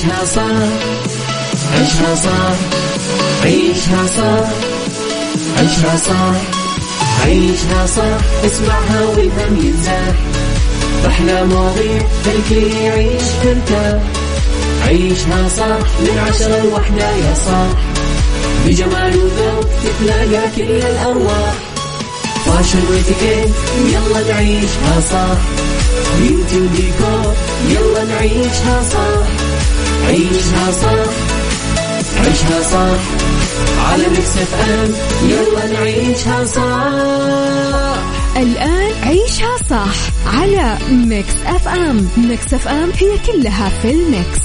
عيشها صح عيشها صح عيشها صح عيشها صح عيشها صح اسمعها والهم ينزاح أحلى مواضيع الكل يعيش مرتاح عيشها صح من 10 ل1 يا صاح بجمال وذوق تتلاقى كل الأرواح فاشل واتيكيت يلا نعيشها صح بيوتي وديكور يلا نعيشها صح عيشها صح عيشها صح على ميكس اف ام يلا نعيشها صح. الآن عيشها صح على ميكس اف ام. ميكس اف ام هي كلها في الميكس.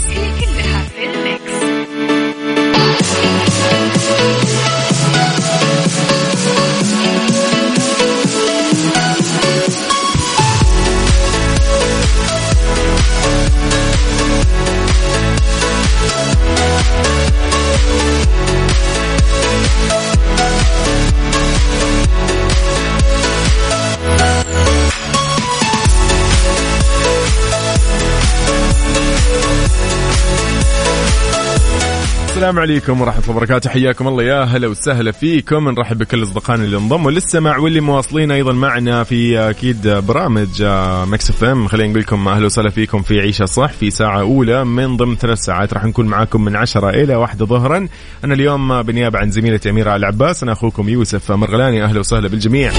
السلام عليكم ورحمة الله وبركاته. حياكم الله يا هلا وسهلا فيكم. نرحب بكل أصدقائنا اللي انضموا للسماع واللي مواصلين أيضا معنا في أكيد برامج ميكس اف ام. خلينا نقول لكم أهلا وسهلا فيكم في عيشة صح في ساعة أولى من ضمن 3 ساعات راح نكون معاكم من 10 إلى 1 ظهرا. أنا اليوم بنيابة عن زميلتي أميرة العباس أنا أخوكم يوسف مرغلاني. أهلا وسهلا بالجميع.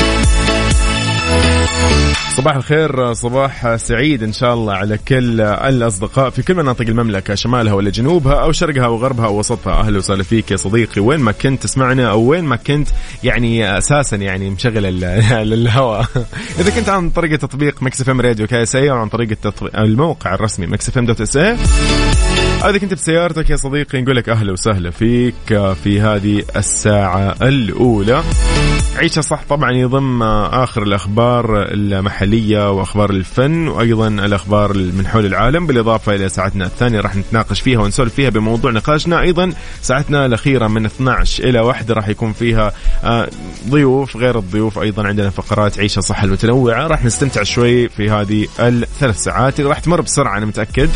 صباح الخير، صباح سعيد إن شاء الله على كل الأصدقاء في كل مناطق المملكة، شمالها ولا جنوبها أو شرقها أو غربها أو وسطها. أهلا وسهلا فيك يا صديقي وين ما كنت تسمعنا أو وين ما كنت يعني أساسا يعني مشغل الهواء. إذا كنت عن طريق تطبيق ميكس اف ام راديو كاسية أو عن طريق الموقع الرسمي mixfm.sa أو إذا كنت بسيارتك يا صديقي نقول لك أهلا وسهلا فيك في هذه الساعة الأولى. عيشها صح طبعا يضم آخر الأخبار المحلية وأخبار الفن وأيضا الأخبار من حول العالم، بالإضافة إلى ساعتنا الثانية راح نتناقش فيها ونسولف فيها بموضوع نقاشنا. أيضا ساعتنا الأخيرة من 12 إلى 1 راح يكون فيها ضيوف. غير الضيوف أيضا عندنا فقرات عيشها صح المتنوعة. راح نستمتع شوي في هذه ال3 ساعات اللي راح تمر بسرعة أنا متأكد،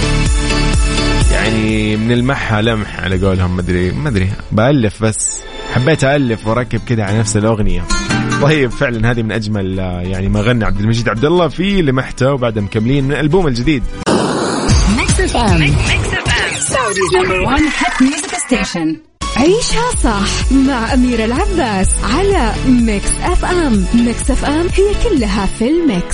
يعني من المحة لمح على قولهم. مدري بألف بس حبيت ألف وركب كده على نفس الأغنية. طيب فعلا هذه من أجمل يعني ما غنى عبد المجيد عبد الله في لمحته، وبعدها مكملين من الألبوم الجديد. عيشها صح مع أميرة العباس على ميكس اف ام. ميكس اف ام هي كلها في الميكس.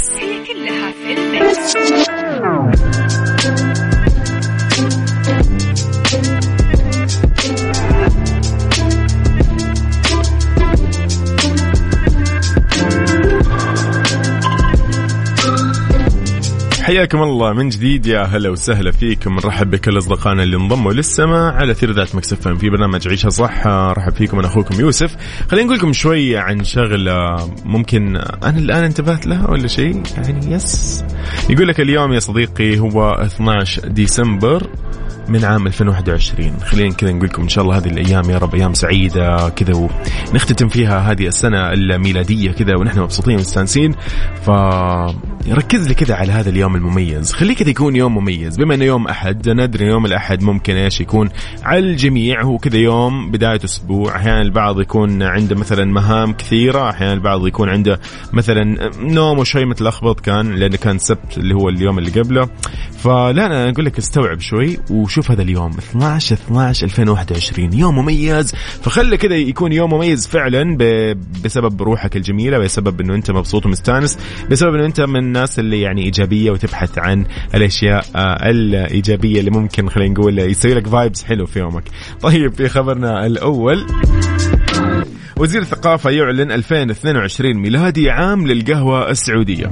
حياكم الله من جديد، يا هلا وسهلا فيكم. نرحب بكل أصدقائنا اللي انضموا للسماع على ثير ذات ميكس اف ام في برنامج عيشها صح. رحب فيكم أنا أخوكم يوسف. خلينا نقول لكم شوي عن شغلة ممكن أنا الآن انتبهت لها ولا شيء يعني يس. يقول لك اليوم يا صديقي هو 12 ديسمبر من عام 2021. خلينا كذا نقول لكم إن شاء الله هذه الأيام يا رب أيام سعيدة كذا ونختتم فيها هذه السنة الميلادية كذا ونحن مبسوطين ومستانسين. فركز لي كذا على هذا اليوم المميز، خليه كذا يكون يوم مميز. بما أنه يوم أحد ندري يوم الأحد ممكن إيش يكون على الجميع هو كذا يوم بداية أسبوع. أحيانا البعض يكون عنده مثلا مهام كثيرة، أحيانا البعض يكون عنده مثلا نوم وشوي متلخبط كان لأنه كان سبت اللي هو اليوم اللي قبله. فلا أنا أقول لك استوعب شوي وشوف هذا اليوم 12/12/2021 يوم مميز. فخلي كذا يكون يوم مميز فعلا بسبب روحك الجميلة، بسبب أنه أنت مبسوط ومستانس، بسبب أنه أنت من الناس اللي يعني إيجابية وتبحث عن الأشياء الإيجابية اللي ممكن خلينا نقول يسوي لك فايبس حلو في يومك. طيب في خبرنا الأول، وزير الثقافة يعلن 2022 ميلادي عام للقهوة السعودية.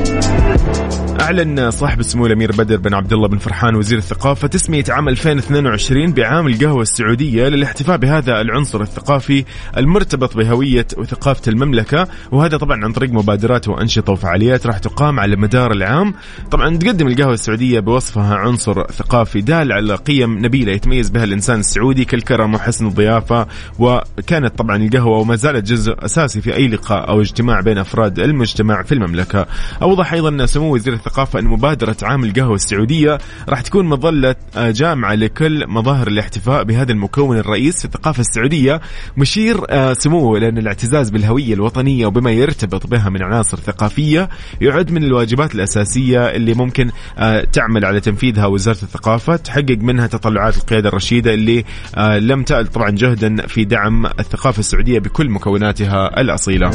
أعلن صاحب السمو الأمير بدر بن عبد الله بن فرحان وزير الثقافة تسمية عام 2022 بعام القهوة السعودية للاحتفاء بهذا العنصر الثقافي المرتبط بهوية وثقافة المملكة، وهذا طبعا عن طريق مبادرات وأنشطة وفعاليات راح تقام على مدار العام. طبعا تقدم القهوة السعودية بوصفها عنصر ثقافي دال على قيم نبيلة يتميز بها الإنسان السعودي كالكرم وحسن الضيافة. وكانت طبعا القهوة القهوة وما زالت جزء أساسي في أي لقاء أو اجتماع بين أفراد المجتمع في المملكة. أوضح أيضا سمو وزير الثقافة أن مبادرة عام القهوة السعودية راح تكون مظلة جامعة لكل مظاهر الاحتفاء بهذا المكون الرئيس في الثقافة السعودية، مشير سموه لأن الاعتزاز بالهوية الوطنية وبما يرتبط بها من عناصر ثقافية يعد من الواجبات الأساسية اللي ممكن تعمل على تنفيذها وزارة الثقافة، تحقق منها تطلعات القيادة الرشيدة اللي لم تأل طبعا جهدا في دعم الثقافة السعودية بكل مكوناتها الأصيلة.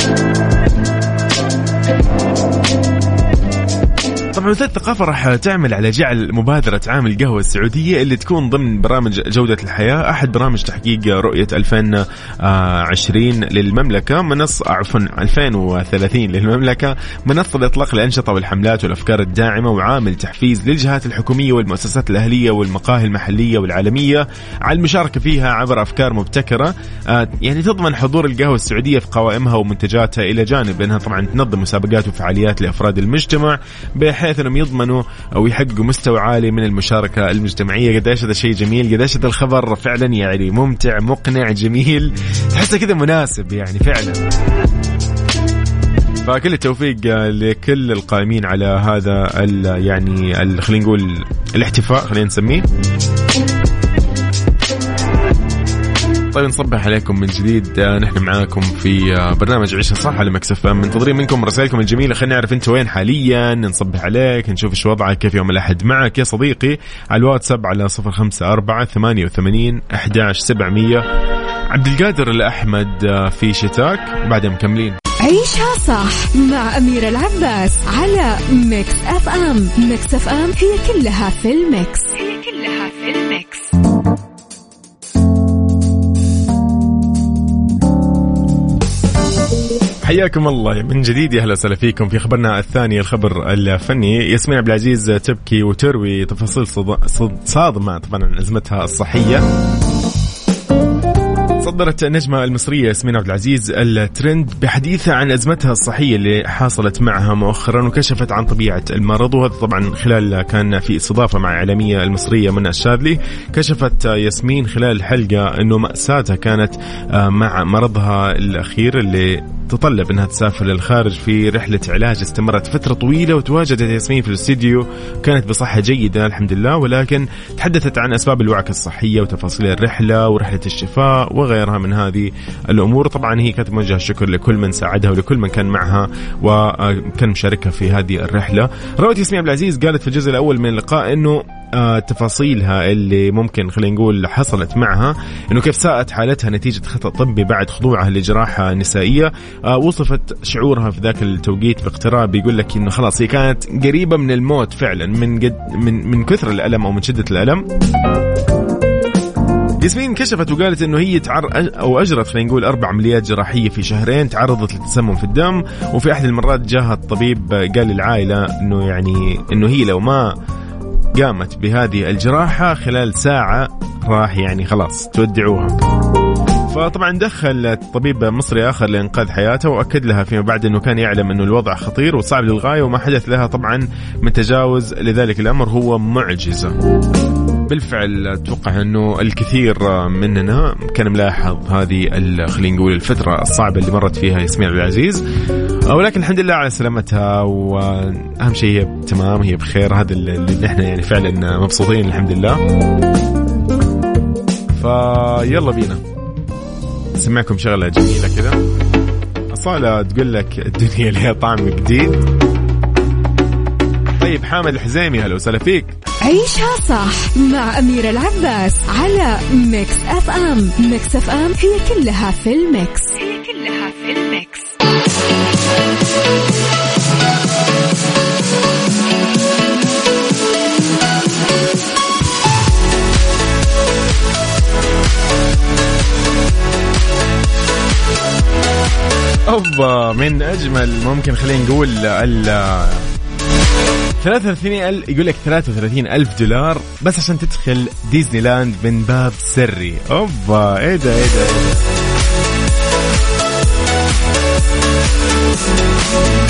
طبعا وزارة الثقافة راح تعمل على جعل مبادرة عام القهوة السعودية اللي تكون ضمن برامج جودة الحياة أحد برامج تحقيق رؤية 2020 للمملكة، منصة 2030 للمملكة، منصة لإطلاق الأنشطة والحملات والأفكار الداعمة وعامل تحفيز للجهات الحكومية والمؤسسات الأهلية والمقاهي المحلية والعالمية على المشاركة فيها عبر أفكار مبتكرة يعني تضمن حضور القهوة السعودية في قوائمها ومنتجاتها، إلى جانب أنها طبعا تنظم مسابقات وفعاليات لأفراد المجتمع بحيث أنهم يضمنوا أو يحققوا مستوى عالي من المشاركة المجتمعية. قديش هذا شيء جميل، قديش هذا الخبر فعلا يعني ممتع مقنع جميل، تحسه كذا مناسب يعني فعلا. فكل التوفيق لكل القائمين على هذا يعني خلينا نقول الاحتفاء، خلينا نسميه. طيب نصبح عليكم من جديد، نحن معاكم في برنامج عيشها صح على مكس اف ام، منتظرين منكم رسائلكم الجميلة. خلينا نعرف انت وين حاليا، نصبح عليك، نشوف ايش وضعك، كيف يوم الأحد معك يا صديقي على الواتساب على 0548811700. عبد القادر الأحمد في شتاك، بعدين مكملين. عيشها صح مع أميرة العباس على ميكس اف ام. ميكس اف ام هي كلها في الميكس، هي كلها في الميكس. حياكم الله من جديد، يا اهلا وسهلا فيكم في خبرنا الثاني، الخبر الفني. ياسمين عبد العزيز تبكي وتروي تفاصيل صادمة طبعا عن أزمتها الصحية. صدرت النجمة المصرية ياسمين عبد العزيز الترند بحديثها عن أزمتها الصحية اللي حصلت معها مؤخرا، وكشفت عن طبيعة المرض، وهذا طبعا خلال كان في استضافة مع إعلامية المصرية منى الشاذلي. كشفت ياسمين خلال الحلقة أنه مأساتها كانت مع مرضها الأخير اللي تطلب أنها تسافر للخارج في رحلة علاج استمرت فترة طويلة، وتواجدت ياسمين في الاستديو كانت بصحة جيدة الحمد لله، ولكن تحدثت عن أسباب الوعكة الصحية وتفاصيل الرحلة ورحلة الشفاء وغيرها من هذه الأمور. طبعا هي كانت موجهة الشكر لكل من ساعدها ولكل من كان معها وكان مشاركها في هذه الرحلة. روت ياسمين عبد العزيز قالت في الجزء الأول من اللقاء أنه تفاصيلها اللي ممكن خلينا نقول حصلت معها، انه كيف ساءت حالتها نتيجة خطأ طبي بعد خضوعها لجراحة نسائية. وصفت شعورها في ذاك التوقيت باقتراب، يقول لك انه خلاص هي كانت قريبة من الموت فعلا من كثر الألم او من شدة الألم. ياسمين كشفت وقالت انه هي اجرت خلينا نقول 4 عمليات جراحية في شهرين، تعرضت لتسمم في الدم، وفي احد المرات جاها الطبيب قال للعائلة انه يعني انه هي لو ما قامت بهذه الجراحة خلال ساعة راح يعني خلاص تودعوها. فطبعا دخل طبيب مصري آخر لإنقاذ حياتها، وأكد لها فيما بعد أنه كان يعلم أنه الوضع خطير وصعب للغاية، وما حدث لها طبعا من تجاوز لذلك الأمر هو معجزة. بالفعل أتوقع أنه الكثير مننا كان ملاحظ هذه خلينا نقول الفترة الصعبة اللي مرت فيها ياسمين عبد العزيز، ولكن الحمد لله على سلامتها، وأهم شيء هي تمام، هي بخير. هذا اللي نحن يعني فعلا مبسوطين الحمد لله. فيلا بينا نسمعكم شغلة جميلة كذا، أصالة تقول لك الدنيا لها طعم جديد. طيب حامد الحزيمي هلا وسهلا فيك. عيشها صح مع أميرة العباس على ميكس اف ام. ميكس اف ام هي كلها في الميكس، هي كلها في الميكس. أوبا من أجمل ممكن خلينا نقول 33,000 يقول لك $33,000 بس عشان تدخل ديزني لاند من باب سري. أوبا إيه ده إيه ده إيه ده.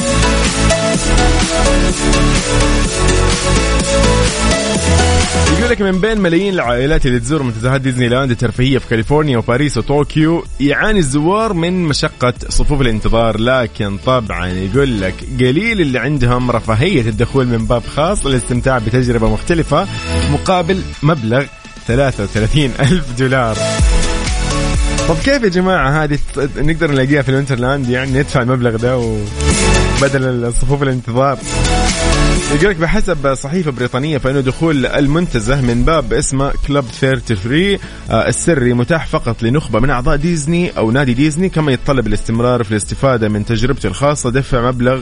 يقول لك من بين ملايين العائلات اللي تزور منتزهات ديزني لاند الترفيهية في كاليفورنيا وباريس وطوكيو يعاني الزوار من مشقة صفوف الانتظار، لكن طبعا يقول لك قليل اللي عندهم رفاهية الدخول من باب خاص للاستمتاع بتجربة مختلفة مقابل مبلغ $33,000. طب كيف يا جماعة هذه نقدر نلاقيها في الوينترلاند؟ يعني ندفع المبلغ ده وبدل صفوف الانتظار. يقولك بحسب صحيفة بريطانية فإنه دخول المنتزه من باب اسمه كلوب 33 السري متاح فقط لنخبة من أعضاء ديزني أو نادي ديزني، كما يتطلب الاستمرار في الاستفادة من تجربته الخاصة دفع مبلغ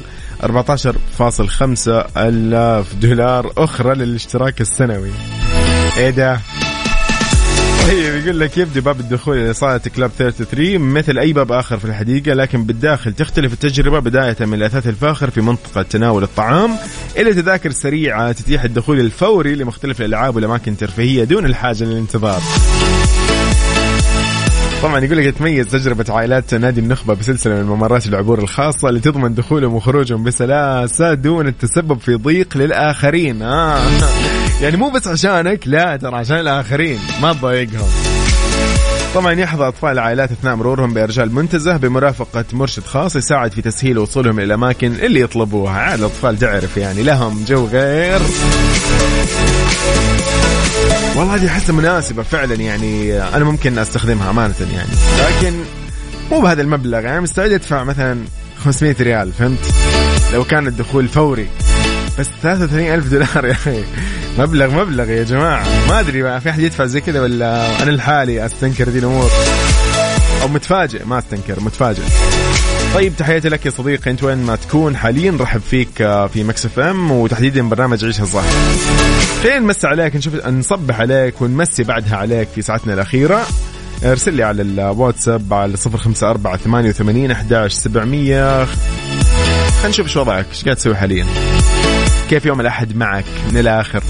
$14,500 أخرى للاشتراك السنوي. إيه ده؟ طيب يقول لك يبدأ باب الدخول إلى صالة كلاب 33 مثل أي باب آخر في الحديقة، لكن بالداخل تختلف التجربة بداية من الأثاث الفاخر في منطقة تناول الطعام إلى تذاكر سريعة تتيح الدخول الفوري لمختلف الألعاب والأماكن الترفيهية دون الحاجة للانتظار. طبعا يقول لك تميز تجربة عائلات نادي النخبة بسلسلة من ممرات العبور الخاصة اللي تضمن دخولهم وخروجهم بسلاسة دون التسبب في ضيق للآخرين. يعني مو بس عشانك، لا ترى عشان الآخرين ما تضايقهم. طبعا يحظى أطفال العائلات أثناء مرورهم بأرجاء المنتزه بمرافقة مرشد خاص يساعد في تسهيل وصولهم إلى الأماكن اللي يطلبوها. عاد الأطفال تعرف يعني لهم جو غير. والله هذه حسة مناسبة فعلا، يعني أنا ممكن أستخدمها أمانة يعني، لكن مو بهذا المبلغ. يعني مستعد أدفع مثلا $500 فهمت لو كان الدخول فوري، بس $33,000 يا أخي مبلغ يا جماعة. ما أدري بقى في أحد يدفع زي كذا ولا أنا الحالي أستنكر دي الأمور، أو متفاجئ. ما أستنكر، متفاجئ. طيب تحياتي لك يا صديقي، أنت وين ما تكون حاليا رحب فيك في مكس اف ام وتحديدا برنامج عيشها صح. خلينا نمسي عليك، نصبح عليك ونمسي بعدها عليك في ساعتنا الأخيرة. ارسل لي على الواتساب على 0548811700. خلينا نشوف شو وضعك، ايش قاعد تسوي حاليا، كيف يوم الأحد معك من الآخر.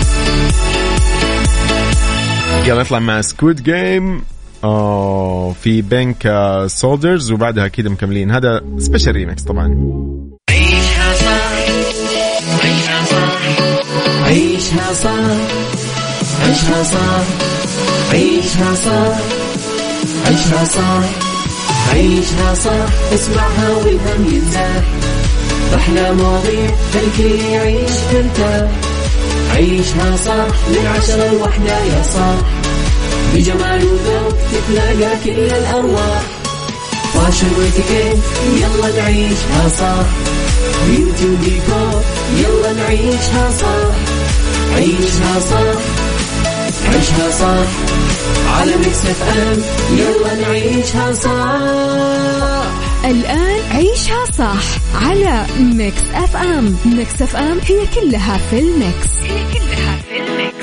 يلا نطلع مع سكويد جيم في بنك سولدرز وبعدها كده مكملين. هذا سبيشال ريمكس طبعا. عيشها صح، عيشها صح، عيشها صح، عيشها صح، عيشها صح، عيشها صح، عيشها صح، اسمعها والهم ينزاح، أحلى مواضيع الكل يعيش مرتاح. عيشها صح من 10 ل1 يا صاح، بجمال وذوق تتلاقى كل الأرواح. فاشل واتيكيت يلا نعيشها صح، بيوتي وديكور يلا نعيشها صح. عيشها صح، عيشها صح، على ميكس اف ام يلا نعيشها صح. الآن عيشها صح على ميكس اف ام. ميكس اف ام هي كلها في الميكس، هي كلها في الميكس.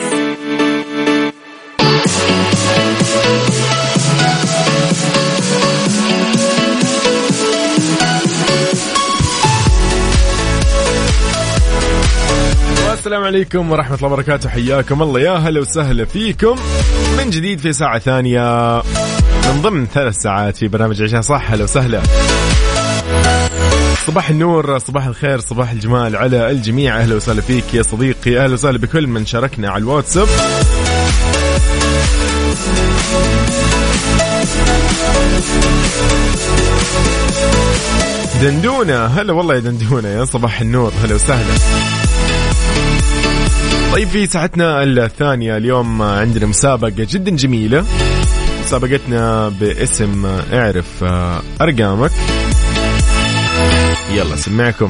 السلام عليكم ورحمة الله وبركاته، حياكم الله، يا هلا وسهلا فيكم من جديد في ساعة ثانية من ضمن 3 ساعات في برنامج عيشها صح. هلا وسهلا، صباح النور، صباح الخير، صباح الجمال على الجميع. أهلا وسهلا فيك يا صديقي، أهلا وسهلا بكل من شاركنا على الواتساب. دندونة، هلا والله يا دندونة، يا صباح النور، هلا وسهلا. طيب في ساعتنا الثانية اليوم عندنا مسابقة جدا جميلة، مسابقتنا باسم اعرف أرقامك. يلا سمعكم.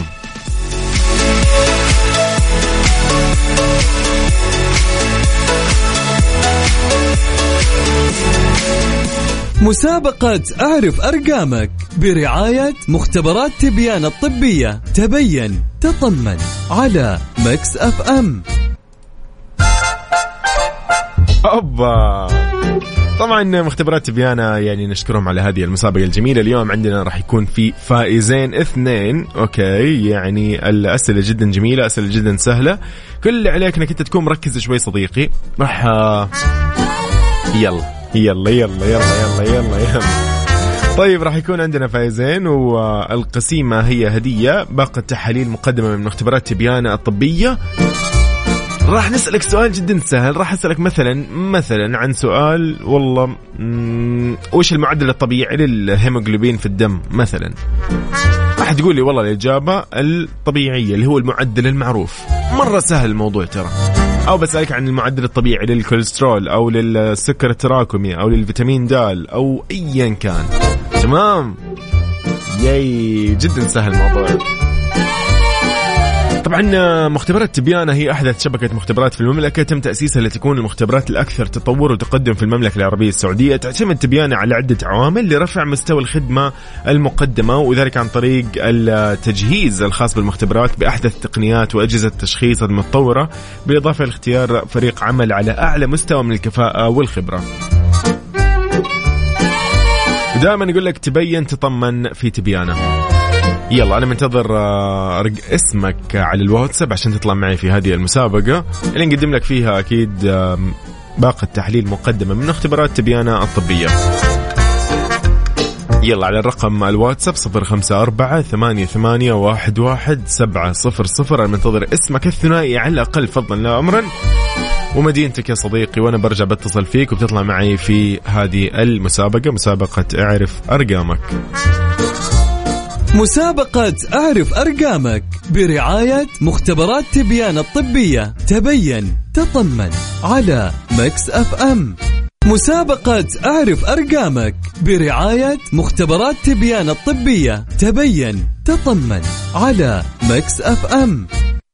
مسابقة أعرف أرقامك برعاية مختبرات تبيان الطبية. تبين تطمن على ميكس اف ام. أوبا، طبعا مختبرات تبيانا يعني نشكرهم على هذه المسابقة الجميلة. اليوم عندنا راح يكون في فائزين 2. أوكي، يعني الأسئلة جدا جميلة، أسئلة جدا سهلة. كل اللي عليك أنك أنت تكون مركز شوي صديقي. راح يلا يلا يلا يلا يلا يلا يلا. طيب راح يكون عندنا فائزين، والقسيمة هي هدية باقة تحاليل مقدمة من مختبرات تبيانا الطبية راح نسألك سؤال جدا سهل. راح أسألك مثلا عن سؤال والله وش المعدل الطبيعي للهيموغلوبين في الدم مثلا. راح تقول لي والله الإجابة الطبيعية اللي هو المعدل المعروف. مرة سهل الموضوع ترى. أو بسألك عن المعدل الطبيعي للكوليسترول أو للسكر التراكمي أو للفيتامين د أو أيا كان. تمام. ياي جدا سهل الموضوع. طبعا مختبرات تبيانة هي أحدث شبكة مختبرات في المملكة تم تأسيسها لتكون المختبرات الأكثر تطور وتقدم في المملكة العربية السعودية. تعتمد تبيانة على عدة عوامل لرفع مستوى الخدمة المقدمة، وذلك عن طريق التجهيز الخاص بالمختبرات بأحدث التقنيات وأجهزة التشخيص المتطورة، بالإضافة لاختيار فريق عمل على أعلى مستوى من الكفاءة والخبرة. ودائما يقول لك تبين تطمن في تبيانة. يلا أنا منتظر اسمك على الواتساب عشان تطلع معي في هذه المسابقة اللي نقدم لك فيها أكيد باقة تحليل مقدمة من اختبارات تبيانة الطبية. يلا على الرقم الواتساب 0548811700. أنا منتظر اسمك الثنائي على الأقل فضلا لا أمرا ومدينتك يا صديقي، وأنا برجع بتصل فيك وبتطلع معي في هذه المسابقة، مسابقة اعرف أرقامك. مسابقة أعرف أرقامك برعاية مختبرات تبيان الطبية. تبين تطمن على ميكس اف ام. مسابقة أعرف أرقامك برعاية مختبرات تبيان الطبية. تبين تطمن على ميكس اف ام.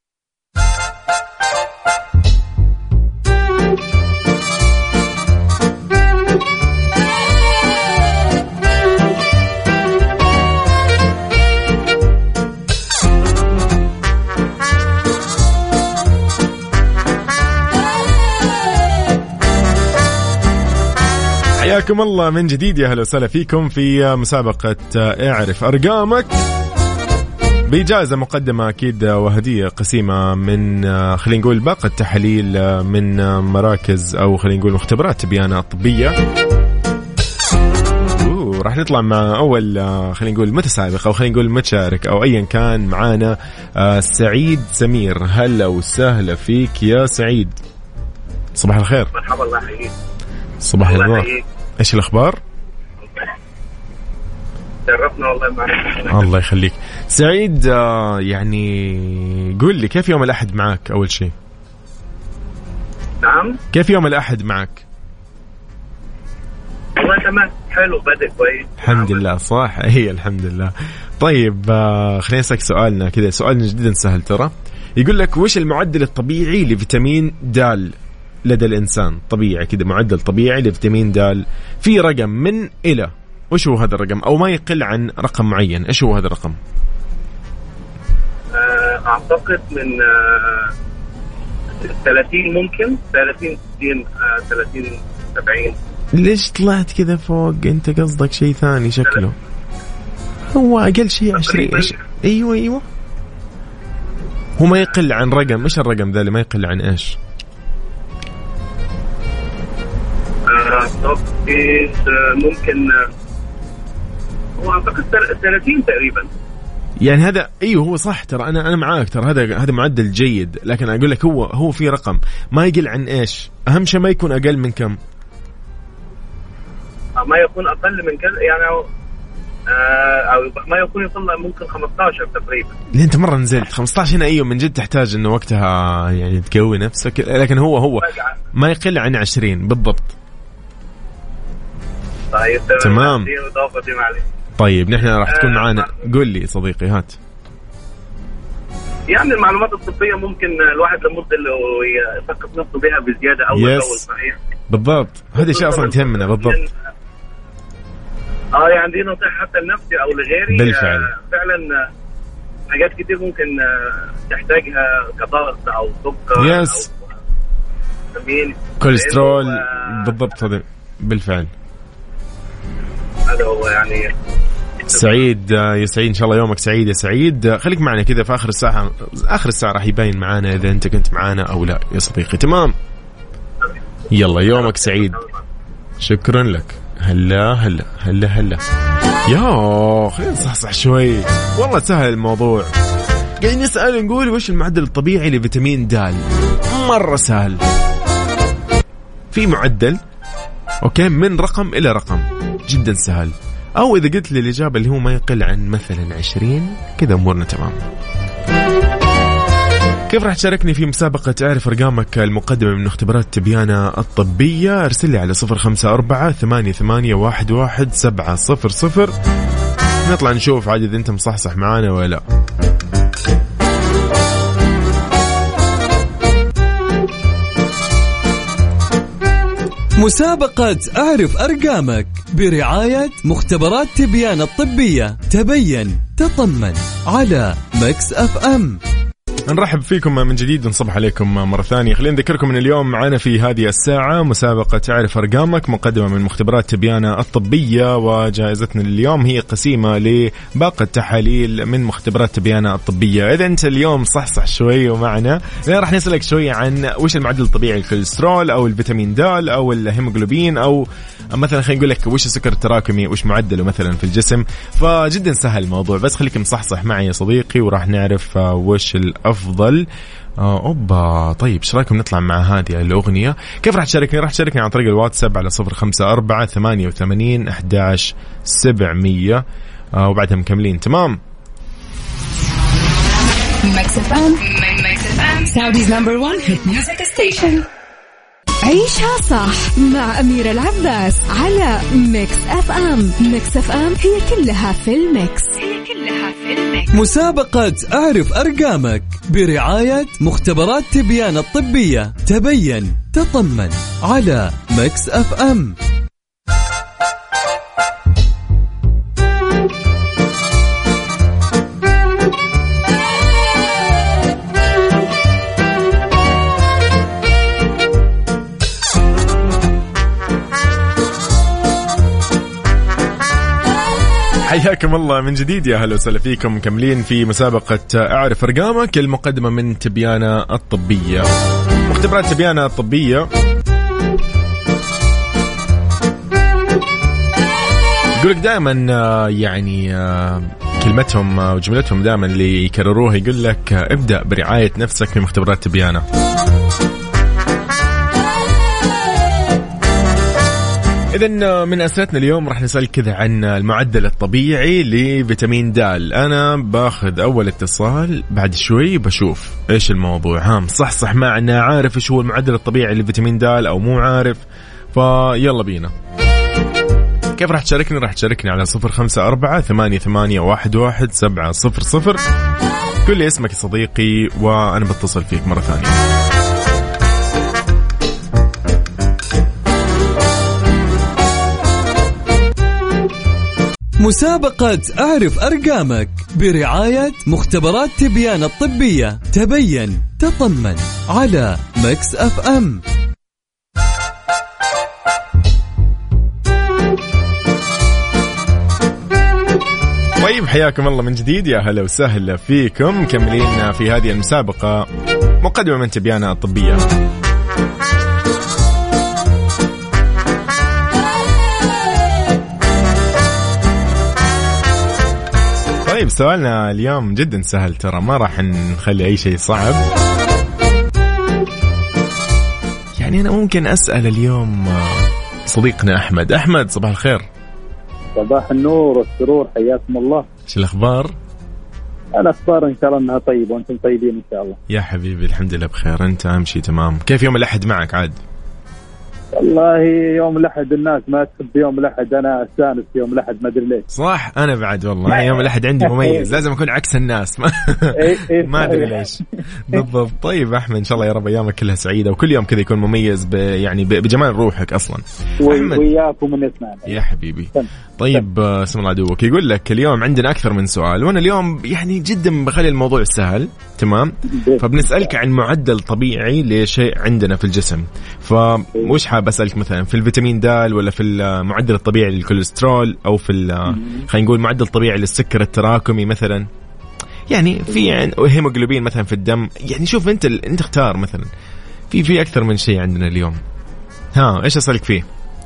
حياكم الله من جديد، يا هلا وسهلا فيكم في مسابقة اعرف أرقامك بإجازة مقدمة أكيد وهدية قسيمة من خلينا نقول باقة تحاليل من مراكز أو خلينا نقول مختبرات تبيانة طبية. راح نطلع مع أول خلينا نقول متسابق أو خلينا نقول متشارك أو أيا كان. معانا سعيد سمير. هلا وسهلا فيك يا سعيد. صباح الخير. مرحبا. الله يحييك. صباح النور. ايش الاخبار؟ شرفنا والله معك. الله يخليك سعيد. يعني قول لي كيف يوم الأحد معك اول شيء؟ نعم كيف يوم الأحد معك؟ والله تمام حلو بدأ كويس الحمد لله. صح هي الحمد لله. طيب خلينا نسألك سؤالنا كذا، سؤال جدا سهل ترى. يقول لك وش المعدل الطبيعي لفيتامين د لدى الإنسان؟ طبيعي كده معدل طبيعي لفيتامين د في رقم من إلى، وش هو هذا الرقم؟ أو ما يقل عن رقم معين، إيش هو هذا الرقم؟ أعتقد من 30 ممكن 30 70. ليش طلعت كذا فوق؟ أنت قصدك شيء ثاني شكله. هو أقل شيء 20. أيوة هو ما يقل عن رقم. إيش الرقم ذا اللي ما يقل عن إيش؟ ممكن هو أعتقد 30 تقريبا. يعني هذا أيوه هو صح ترى. أنا معاك ترى. هذا معدل جيد، لكن أقول لك هو في رقم ما يقل عن إيش. أهم شيء ما يكون أقل من كم. ما يكون أقل من كذا يعني أو ما يكون يصل ممكن 15 تقريبا. اللي أنت مرة نزلت 15 هنا. أيوه من جد تحتاج إنه وقتها يعني تقوي نفسك، لكن هو ما يقل عن 20 بالضبط. طيب تمام. طيب نحن راح تكون معانا. قول لي صديقي هات. يعني المعلومات الطبية ممكن الواحد لمدة اللي يثقف نفسه بها بزيادة أول صحيح. بالضبط هذه شيء أصلا تهمنا بالضبط. يعني دي نصيحة حتى لنفسي أو لغيري. بالفعل فعلا حاجات كتير ممكن تحتاجها كضغط أو سكر يس أو كوليسترول. بالضبط هذا بالفعل. هذا هو يعني. سعيد يا سعيد إن شاء الله يومك سعيد يا سعيد. خليك معنا كذا في آخر الساعة راح يبين معانا إذا أنت كنت معانا أو لا يا صديقي. تمام. يلا يومك سعيد. شكرا لك. هلا هلا هلا هلا. يا خلينا نصحصح شوي والله سهل الموضوع. قاعدين نسأل نقول وش المعدل الطبيعي لفيتامين د. مرة سهل. في معدل أوكي من رقم إلى رقم، جدا سهل. أو إذا قلت لي الإجابة اللي هو ما يقل عن مثلا 20 كذا أمورنا تمام. كيف راح تشاركني في مسابقة أعرف أرقامك المقدمة من اختبارات تبيانة الطبية؟ أرسل لي على 0548811700. نطلع نشوف عاد إذا أنت مصحصح معانا ولا لا. مسابقة أعرف أرقامك برعاية مختبرات تبيان الطبية. تبين تطمن على ميكس اف ام. نرحب فيكم من جديد ونصبح عليكم مرة ثانية. خلينا نذكركم من اليوم معنا في هذه الساعة مسابقة تعرف أرقامك مقدمة من مختبرات تبيانة الطبية، وجائزتنا اليوم هي قسيمة لباقة تحاليل من مختبرات تبيانة الطبية. إذا أنت اليوم صحصح شوي ومعنا راح نسألك شوي عن وش المعدل الطبيعي الكوليسترول أو الفيتامين د أو الهيموغلوبين، أو مثلا خلينا نقول لك وش السكر التراكمي وش معدله مثلا في الجسم. فجدا سهل الموضوع، بس خليك مصحصح معي يا صديقي وراح نعرف وش الأفضل. أوبا طيب ايش رايكم نطلع مع هذه الأغنية؟ كيف راح تشاركني؟ راح تشاركني عن طريق الواتساب على 0548811700 وبعدها مكملين. تمام. عيشها صح مع أميرة العباس على ميكس اف ام. ميكس اف ام هي كلها في الميكس. مسابقة أعرف أرقامك برعاية مختبرات تبيان الطبية. تبين تطمن على ميكس اف ام. حياكم الله من جديد، يا هلا وسهلا فيكم. مكملين في مسابقة أعرف أرقامك المقدمة من تبيانة الطبية. مختبرات تبيانة الطبية يقولك دائما يعني كلمتهم وجملتهم دائما اللي يكرروها يقول لك ابدأ برعاية نفسك في مختبرات تبيانة. إذن من أسئلتنا اليوم راح نسأل كذا عن المعدل الطبيعي لفيتامين د. أنا باخذ أول اتصال بعد شوي بشوف إيش الموضوع. هام صح معنا، عارف إيش هو المعدل الطبيعي لفيتامين د أو مو عارف؟ فيلا بينا. كيف راح تشاركني؟ راح تشاركني على 0548811700. قل لي اسمك يا صديقي وأنا بتصل فيك مرة ثانية. مسابقة أعرف أرقامك برعاية مختبرات تبيان الطبية. تبين تطمن على ميكس اف ام. طيب حياكم الله من جديد، يا هلا وسهلا فيكم. مكملين في هذه المسابقة مقدمة من تبيانة الطبية. طيب سؤالنا اليوم جدا سهل ترى، ما راح نخلي أي شيء صعب. يعني أنا ممكن أسأل اليوم صديقنا أحمد. أحمد صباح الخير. صباح النور والسرور، حياكم الله. إيش الأخبار؟ الأخبار إن شاء الله أنها طيبة وأنتم طيبين إن شاء الله. يا حبيبي الحمد لله بخير، أنت أمشي تمام. كيف يوم الأحد معك عاد؟ والله يوم الأحد الناس ما تحب يوم الأحد، أنا أستانس يوم الأحد ما أدري ليش. صح أنا بعد والله يوم الأحد عندي مميز، لازم أكون عكس الناس. ما أدري ليش بالضبط. طيب أحمد إن شاء الله يا رب أيامك كلها سعيدة وكل يوم كذا يكون مميز يعني بجمال روحك أصلا. وياكم من اسمعنا يا حبيبي. طيب اسم الله عدوك. يقول لك اليوم عندنا أكثر من سؤال، وأنا اليوم يعني جدا بخلي الموضوع سهل. تمام. فبنسألك عن معدل طبيعي لشيء عندنا في الجسم. فمش حاب أسألك مثلا في الفيتامين د ولا في المعدل الطبيعي للكوليسترول أو في خلينا نقول معدل طبيعي للسكر التراكمي مثلا، يعني في هيموغلوبين مثلا في الدم. يعني شوف أنت اختار مثلا في أكثر من شيء عندنا اليوم. إيش أسألك فيه؟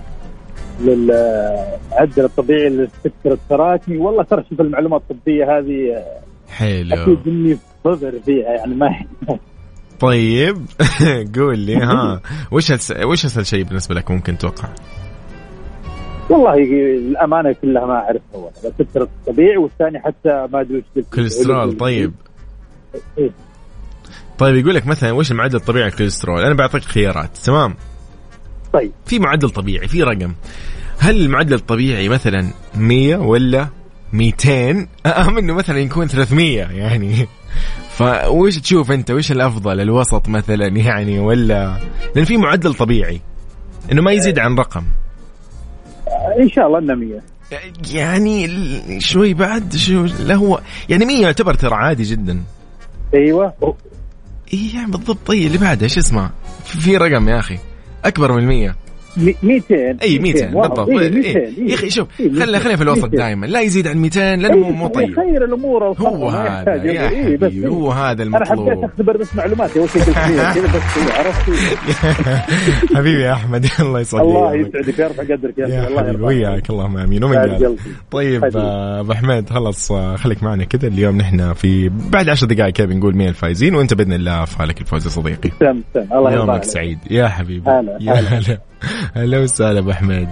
للمعدل الطبيعي للسكر التراكمي. والله ترى شوف المعلومات الطبية هذه حلو أكيد إني صبر فيها، يعني ما طيب قول لي ها وش أسهل شيء بالنسبة لك ممكن توقع؟ والله الأمانة كلها ما أعرفها ولا، بس السكر الطبيعي، والثاني حتى ما أدري وش كوليسترول. طيب إيه؟ طيب يقول لك مثلا وش المعدل الطبيعي الكوليسترول؟ أنا بعطيك خيارات تمام. طيب في معدل طبيعي، في رقم. هل المعدل الطبيعي مثلا 100 ولا 200؟ أهم إنه مثلا يكون 300 يعني. فوش تشوف أنت وش الأفضل، الوسط مثلا يعني، ولا لأن في معدل طبيعي إنه ما يزيد عن رقم. إن شاء الله إنه 100 يعني شوي بعد شو لا هو يعني 100 يعتبر ترى عادي جدا. أيوة إيه يعني بالضبط. طيب اللي بعده إيش اسمه؟ في رقم يا أخي أكبر من 100. 200. اي 200 بالضبط. يا اخي شوف خلينا في الوسط دائما، لا يزيد عن 200 لانه مو طيب. خير الامور هو هذا يا حبيبي، هو هذا المطلوب. انا حبيت اختبر بس معلوماتي وش كذا بس عرفت. حبيبي يا احمد الله يسعدك. الله يسعدك ويرفع قدرك يا اخي. الله يرضى وياك اللهم امين ومن قال. طيب ابو حميد خلص خليك معنا كذا اليوم، نحن في بعد 10 دقائق كذا بنقول مين الفايزين، وانت باذن الله فالك الفوز يا صديقي. تمام الله يرضى. يومك سعيد يا حبيبي. هلا هلا وسهلا ابو حميد.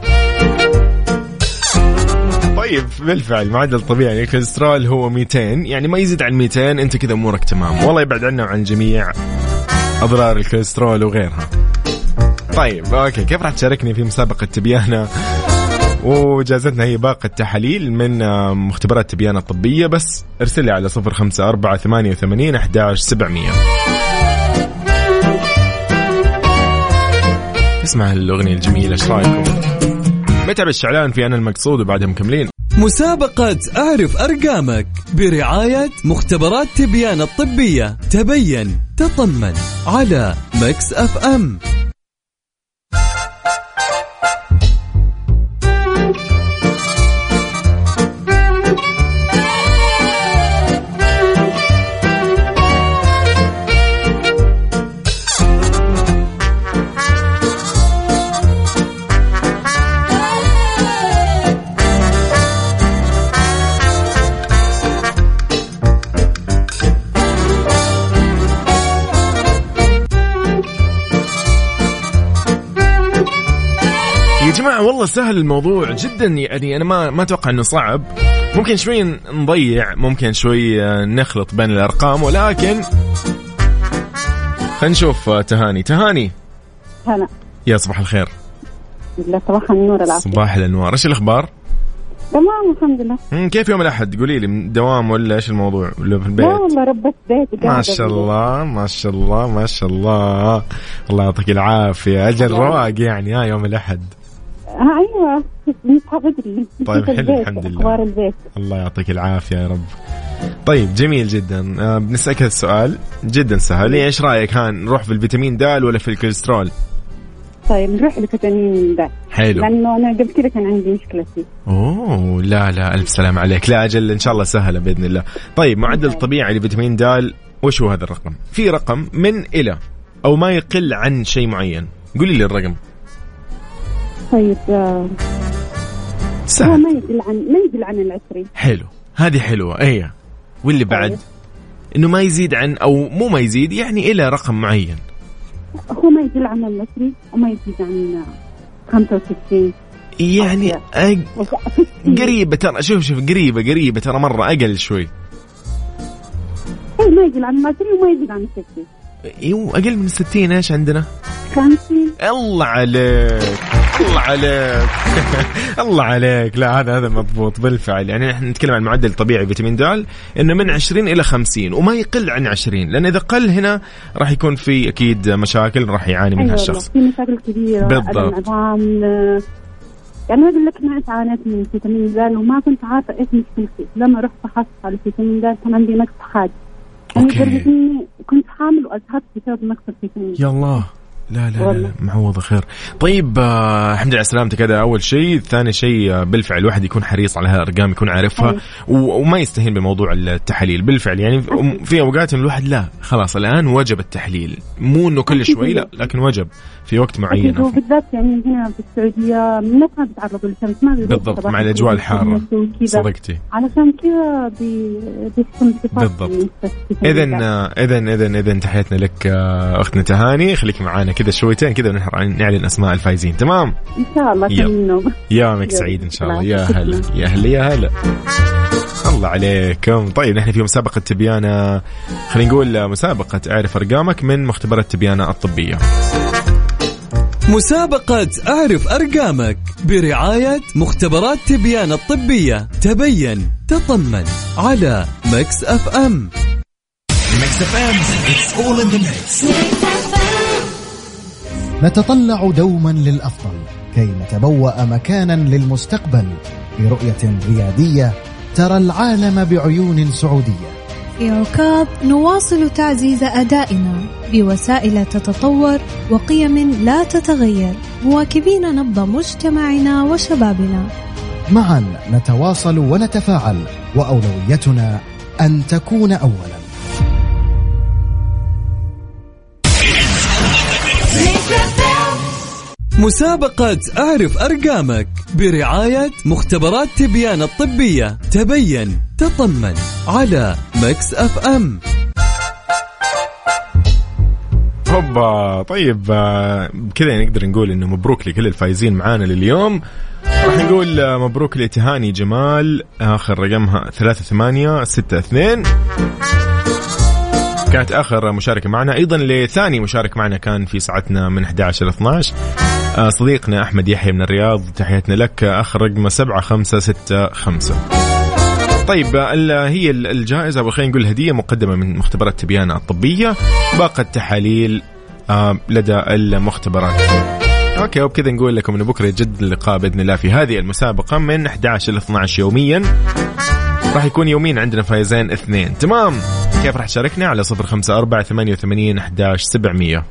طيب بالفعل معدل طبيعي الكوليسترول هو 200، يعني ما يزيد عن 200 انت كذا امورك تمام. والله يبعد عنا وعن جميع اضرار الكوليسترول وغيرها. طيب اوكي، كيف راح تشاركني في مسابقة تبيانة؟ وجازتنا هي باقة تحاليل من مختبرات تبيانة الطبية، بس ارسل لي على 0548811700. اسمع الأغنية الجميلة، ايش رايكم؟ متعب الشعلان في أنا المقصود، وبعدها مكملين. مسابقة أعرف أرقامك برعاية مختبرات تبيان الطبية. تبين تطمن على ميكس اف ام. والله سهل الموضوع جدا، يعني أنا ما أتوقع أنه صعب. ممكن شوي نضيع، ممكن شوي نخلط بين الأرقام، ولكن خلينا نشوف. تهاني هلا يا صباح الخير. صباح النور العافية. صباح الأنوار. إيش الأخبار؟ تمام الحمد لله. كيف يوم الأحد؟ قولي لي دوام ولا إيش الموضوع ولا في البيت؟ لا والله ربة بيت. ما شاء الله ما شاء الله ما شاء الله، الله يعطيك العافية. أجل رواق يعني يوم الأحد. ايوه نصحى بدري. طيب حلو الحمد لله. اخبار البيت؟ الله يعطيك العافيه يا رب. طيب جميل جدا. بنسألك هذا السؤال جدا سهل. ايش رايك نروح في الفيتامين د ولا في الكوليسترول؟ طيب نروح للفيتامين د. حلو، لانه انا قبل كده كان عندي مشكله فيه. اوه لا الف سلام عليك. لا اجل ان شاء الله سهله باذن الله. طيب معدل طبيعي لفيتامين د وش هو هذا الرقم؟ في رقم من الى او ما يقل عن شيء معين. قولي لي الرقم. طيب سهل. هو ما يقل عن 20. حلو، هذه حلوة. ايه واللي بعد؟ طيب. انه ما يزيد عن او مو ما يزيد، يعني الى رقم معين. هو ما يقل عن 20 وما يزيد عن 65 يعني قريبة ترى. شوف قريبة ترى مرة أقل شوي. ايه ما يقل عن 20 وما يزيد عن 60. ايوه اقل من 60. ايش عندنا؟ 50. الله عليك الله عليك الله عليك. لا هذا مضبوط بالفعل. يعني احنا نتكلم عن معدل طبيعي فيتامين د انه من 20 الى 50 وما يقل عن 20، لان اذا قل هنا راح يكون في اكيد مشاكل راح يعاني منها الشخص. في مشاكل كبيره بالضبط. العظام. يعني اقول لك انا عانيت من فيتامين د وما كنت عارفه ايش مشكلتي. لما رحت فحصت على فيتامين د كان عندي نقص حاد. يعني كنت حامل وأزهقت بسبب نقص الفيتامين. يا الله لا معوضة خير. طيب الحمد لله على سلامتك. هذا أول شيء. ثاني شيء بالفعل الواحد يكون حريص على هالأرقام، يكون عارفها وما يستهين بموضوع التحاليل. بالفعل يعني في أوقات الواحد لا خلاص الآن وجب التحليل، مو إنه كل شوي لا، لكن وجب في وقت معين. وبالذات يعني هنا في السعودية الناس ما بتتعرضوا للشمس، ما بالضبط مع الأجواء الحارة. صدقتي. علشان كذا بيكون بالضبط. إذن تحياتنا لك أختنا تهاني. خليك معانا كذا شويتين كذا ونعلن أسماء الفايزين. تمام إن شاء الله. يومك سعيد إن شاء الله. يا هلا يا هلا يا هلا الله عليكم. طيب نحن في مسابقة تبيانة، خلينا نقول مسابقة أعرف أرقامك من مختبرات تبيانة الطبية. مسابقة أعرف أرقامك برعاية مختبرات تبيانة الطبية. تبين تطمن على ميكس اف ام. ميكس اف ام it's all in the mix. نتطلع دوما للأفضل كي نتبوأ مكانا للمستقبل برؤية ريادية ترى العالم بعيون سعودية. في عكاظ نواصل تعزيز أدائنا بوسائل تتطور وقيم لا تتغير، مواكبين نبض مجتمعنا وشبابنا. معا نتواصل ونتفاعل، وأولويتنا أن تكون أولا. مسابقة أعرف أرقامك برعاية مختبرات تبيان الطبية. تبين تطمن على ميكس اف ام. هوبا. طيب كذا نقدر نقول إنه مبروك لكل الفايزين معانا لليوم. راح نقول مبروك لتهاني جمال، آخر رقمها 3862 كانت آخر مشاركة معنا. أيضا لثاني مشارك معنا كان في ساعتنا من 11 ل 12 صديقنا أحمد يحيى من الرياض. تحياتنا لك، آخر رقم 7565. طيب هي الجائزة أو خلينا نقول هدية مقدمة من مختبرات تبيانة الطبية، باقة تحاليل لدى المختبرات. أوكي، وبكذا نقول لكم أن بكرة يجد اللقاء بإذن الله في هذه المسابقة من 11 ل 12 يوميا. راح يكون يومين عندنا فايزين 2. تمام. كيف راح تشاركنا؟ على 0548811700.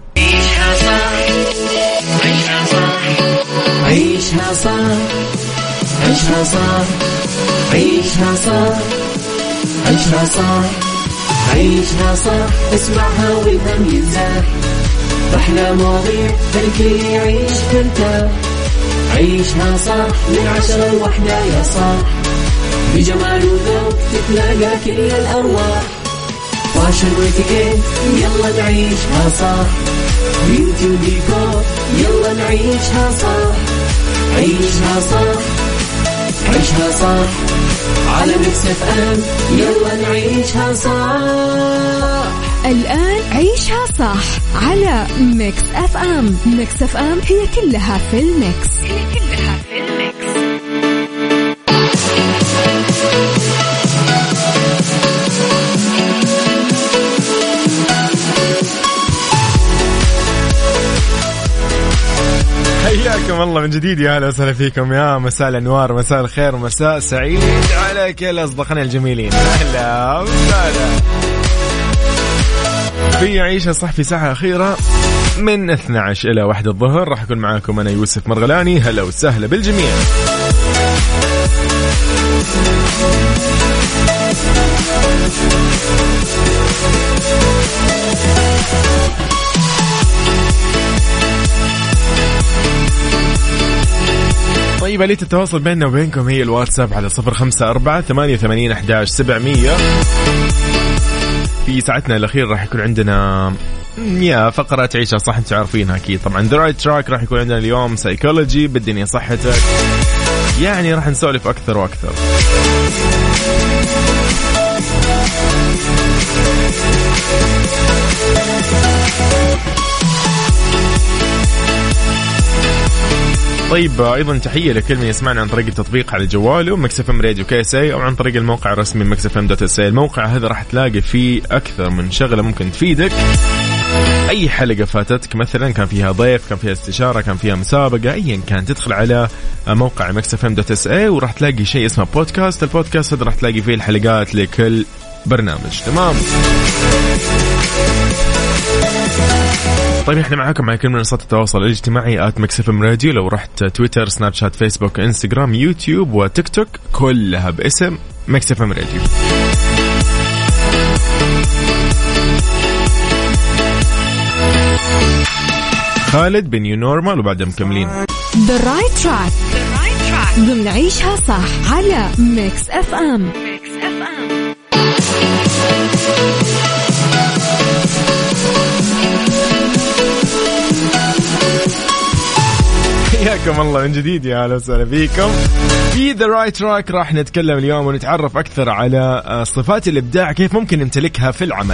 عيشها صح عيشها صح عيشها صح عيشها صح عيشها صح اسمعها والهم ينزاح، أحلى مواضيع الكل يعيش ترتاح. عيشها صح من 10 ل1 يا صاح، بجمال وذوق تتلاقى كل الأرواح. فاشل واتيكيت يلا نعيشها صح، بيوتي وديكور يلا نعيشها صح. عيشها صح عيشها صح على ميكس اف ام يلا نعيشها صح. الآن عيشها صح على ميكس اف ام. ميكس اف ام هي كلها في الميكس. حياكم الله من جديد، يا هلا وسهلا فيكم، يا مساء الانوار، مساء الخير، مساء سعيد على كل اصدقائنا الجميلين. اهلا وسهلا في عيشة صح في ساعة أخيرة من 12 إلى 1 الظهر. راح أكون معاكم أنا يوسف مرغلاني. هلا وسهلا بالجميع. طيب آلية التواصل بيننا وبينكم هي الواتساب على 0548811700. في ساعتنا الأخير راح يكون عندنا فقرة عيشها صح، انتم عارفينها أكيد طبعا. The Right Track راح يكون عندنا اليوم سايكولوجي بالدنيا صحتك، يعني راح نسولف أكثر وأكثر. طيب أيضا تحية لكل من يسمعنا عن طريق التطبيق على جواله ميكس اف ام راديو كيساي، أو عن طريق الموقع الرسمي mixfm.sa. الموقع هذا راح تلاقي فيه أكثر من شغلة ممكن تفيدك. أي حلقة فاتتك مثلا كان فيها ضيف، كان فيها استشارة، كان فيها مسابقة، أيا كان، تدخل على موقع mixfm.sa وراح تلاقي شيء اسمه بودكاست. البودكاست هذا راح تلاقي فيه الحلقات لكل برنامج. تمام. طيب احنا معاكم على كل منصات التواصل الاجتماعي @mixfmradio. لو رحت تويتر، سناب شات، فيسبوك، انستغرام، يوتيوب وتيك توك كلها باسم مكسفم راديو. خالد بن يو نورمال وبعدها مكملين. The right track ضمن عيشها صح على ميكس اف ام. حياكم الله من جديد، يا اهلا وسهلا فيكم في ذا رايت تراك. راح نتكلم اليوم ونتعرف اكثر على صفات الابداع، كيف ممكن نمتلكها في العمل.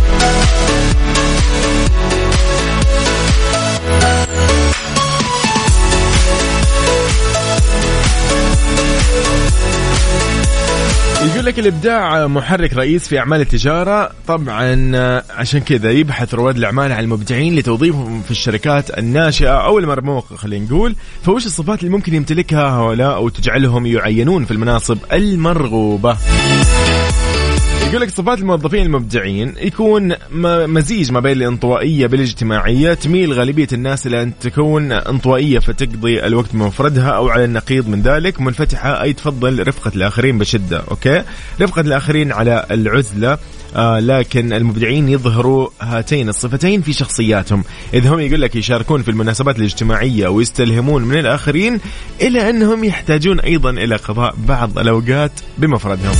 يقول لك الإبداع محرك رئيس في أعمال التجارة. طبعا عشان كذا يبحث رواد الأعمال عن المبدعين لتوظيفهم في الشركات الناشئة أو المرموقة خلينا نقول. فوش الصفات اللي ممكن يمتلكها هؤلاء أو تجعلهم يعينون في المناصب المرغوبة؟ يقول لك صفات الموظفين المبدعين يكون مزيج ما بين الانطوائية بالاجتماعية. تميل غالبية الناس إلى أن تكون انطوائية فتقضي الوقت بمفردها، أو على النقيض من ذلك منفتحة أي تفضل رفقة الآخرين بشدة. أوكي، رفقة الآخرين على العزلة. لكن المبدعين يظهروا هاتين الصفتين في شخصياتهم، إذ هم يقول لك يشاركون في المناسبات الاجتماعية ويستلهمون من الآخرين، إلى أنهم يحتاجون أيضا إلى قضاء بعض الأوقات بمفردهم.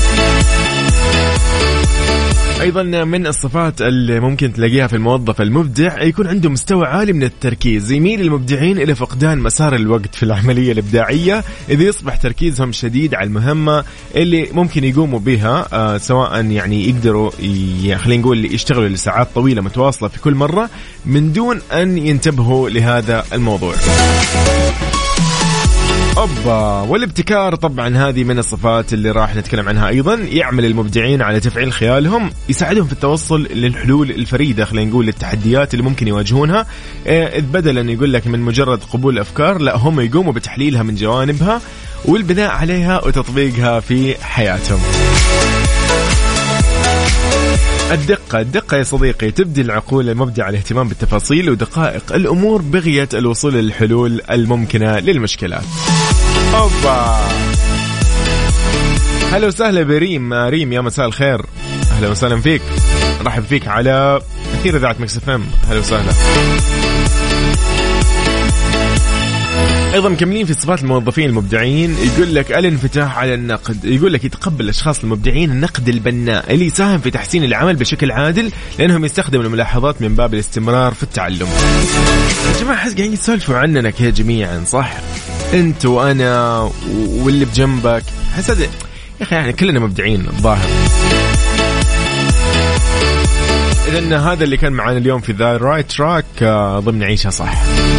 أيضا من الصفات اللي ممكن تلاقيها في الموظف المبدع يكون عنده مستوى عالي من التركيز. يميل المبدعين إلى فقدان مسار الوقت في العملية الإبداعية، إذا يصبح تركيزهم شديد على المهمة اللي ممكن يقوموا بها، سواء يعني يقدروا خلينا نقول يشتغلوا لساعات طويلة متواصلة في كل مرة من دون أن ينتبهوا لهذا الموضوع. والابتكار طبعا هذه من الصفات اللي راح نتكلم عنها أيضا. يعمل المبدعين على تفعيل خيالهم، يساعدهم في التوصل للحلول الفريدة خلينا نقول للتحديات اللي ممكن يواجهونها، إذ بدلا يقول لك من مجرد قبول الأفكار، لا هم يقوموا بتحليلها من جوانبها والبناء عليها وتطبيقها في حياتهم. الدقة يا صديقي تبدي العقول المبدعة الاهتمام بالتفاصيل ودقائق الأمور بغية الوصول للحلول الممكنة للمشكلات. هلا وسهلا بريم. ريم يا مساء الخير، أهلا وسهلا فيك، رحب فيك على أثير إذاعة ميكس اف ام. هلا وسهلا. أيضا مكملين في صفات الموظفين المبدعين. يقول لك الانفتاح على النقد. يقول لك يتقبل الأشخاص المبدعين النقد البناء اللي يساهم في تحسين العمل بشكل عادل، لأنهم يستخدموا الملاحظات من باب الاستمرار في التعلم. يا جماعة حس قاعدين يسولفوا عننا كده جميعا، صح؟ أنت وأنا واللي بجنبك، حس يا أخي يعني كلنا مبدعين الظاهر. إذن هذا اللي كان معنا اليوم في ذا رايت تراك ضمن عيشها صح.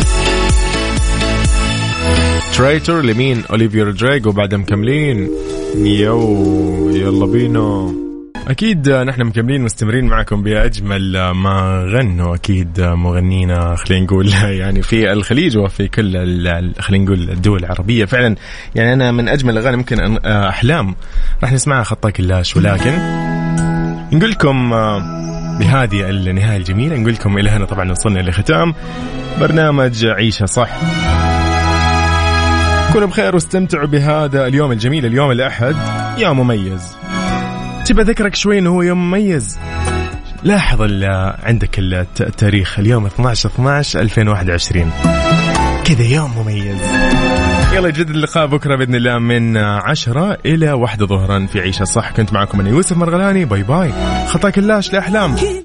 تريتر لمين؟ أوليفيا رودريغو وبعدها مكملين. يلا بينا. أكيد نحن مكملين مستمرين معكم بأجمل ما غنوا أكيد مغنينا خلينا نقول يعني في الخليج وفي كل خلينا نقول الدول العربية. فعلا يعني أنا من أجمل الأغاني ممكن أحلام راح نسمعها خطاك اللاش. ولكن نقول لكم بهذه النهاية الجميلة نقول لكم إلى هنا طبعا وصلنا لختام برنامج عيشها صح. كونوا بخير واستمتعوا بهذا اليوم الجميل، اليوم الأحد، يوم مميز. تبى ذكرك شوي إنه هو يوم مميز. لاحظ عندك التاريخ اليوم 12/12/2021 كذا يوم مميز. يلا يجدد اللقاء بكرة بإذن الله من 10 إلى 1 ظهرا في عيشة صح. كنت معكم أنا يوسف مرغلاني. باي باي. خطاك اللاش لأحلام.